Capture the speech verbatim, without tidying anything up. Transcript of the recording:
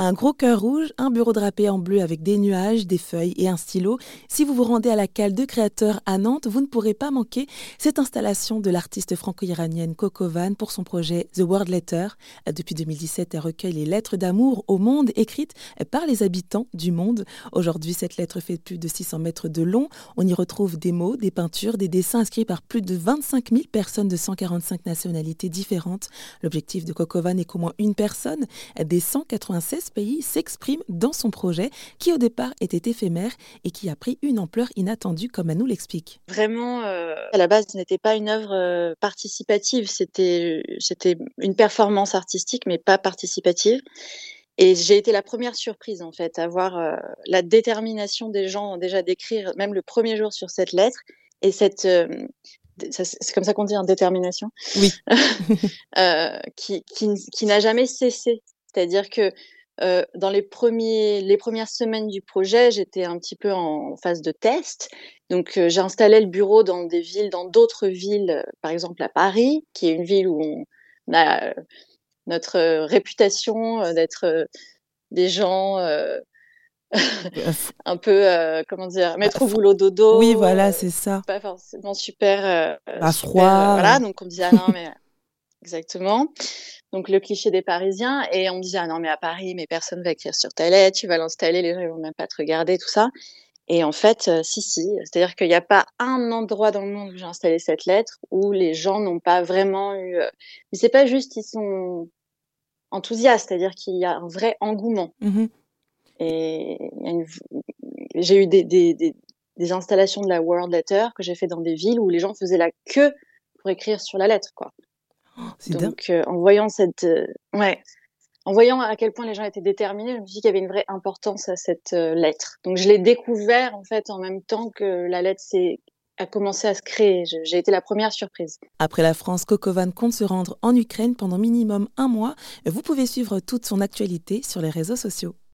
Un gros cœur rouge, un bureau drapé en bleu avec des nuages, des feuilles et un stylo. Si vous vous rendez à la cale de créateurs à Nantes, vous ne pourrez pas manquer cette installation de l'artiste franco-iranienne Coco Van pour son projet The World Letter. Depuis deux mille dix-sept, elle recueille les lettres d'amour au monde écrites par les habitants du monde. Aujourd'hui, cette lettre fait plus de six cents mètres de long. On y retrouve des mots, des peintures, des dessins inscrits par plus de vingt-cinq mille personnes de cent quarante-cinq nationalités différentes. L'objectif de Coco Van est qu'au moins une personne des cent quatre-vingt-seize pays s'exprime dans son projet qui au départ était éphémère et qui a pris une ampleur inattendue comme elle nous l'explique. Vraiment, euh, à la base, ce n'était pas une œuvre euh, participative, c'était, c'était une performance artistique mais pas participative. Et j'ai été la première surprise en fait à voir euh, la détermination des gens déjà d'écrire même le premier jour sur cette lettre et cette euh, ça, c'est comme ça qu'on dit, hein, détermination. Oui. euh, qui, qui, qui n'a jamais cessé. C'est-à-dire que euh, dans les, premiers, les premières semaines du projet, j'étais un petit peu en phase de test. Donc, euh, j'ai installé le bureau dans des villes, dans d'autres villes, euh, par exemple à Paris, qui est une ville où on a euh, notre euh, réputation euh, d'être euh, des gens euh, un peu, euh, comment dire, mettre au boulot dodo. Oui, voilà, euh, c'est ça. Pas forcément super, euh, Pas super, froid. euh, voilà. Donc, on me disait, ah non, mais exactement. Donc, le cliché des Parisiens. Et on me disait, ah non, mais à Paris, mais personne va écrire sur ta lettre, tu vas l'installer, les gens ils vont même pas te regarder, tout ça. Et en fait, euh, si, si. C'est-à-dire qu'il n'y a pas un endroit dans le monde où j'ai installé cette lettre où les gens n'ont pas vraiment eu... Euh... Mais c'est pas juste qu'ils sont enthousiastes, c'est-à-dire qu'il y a un vrai engouement. Mm-hmm. Et il y a une... j'ai eu des, des, des, des installations de la World Letter que j'ai fait dans des villes où les gens faisaient la queue pour écrire sur la lettre, quoi. C'est Donc, euh, en voyant cette, euh, ouais, en voyant à quel point les gens étaient déterminés, je me suis dit qu'il y avait une vraie importance à cette euh, lettre. Donc, je l'ai découvert en fait en même temps que la lettre s'est a commencé à se créer. Je, j'ai été la première surprise. Après la France, Coco Van compte se rendre en Ukraine pendant minimum un mois. Vous pouvez suivre toute son actualité sur les réseaux sociaux.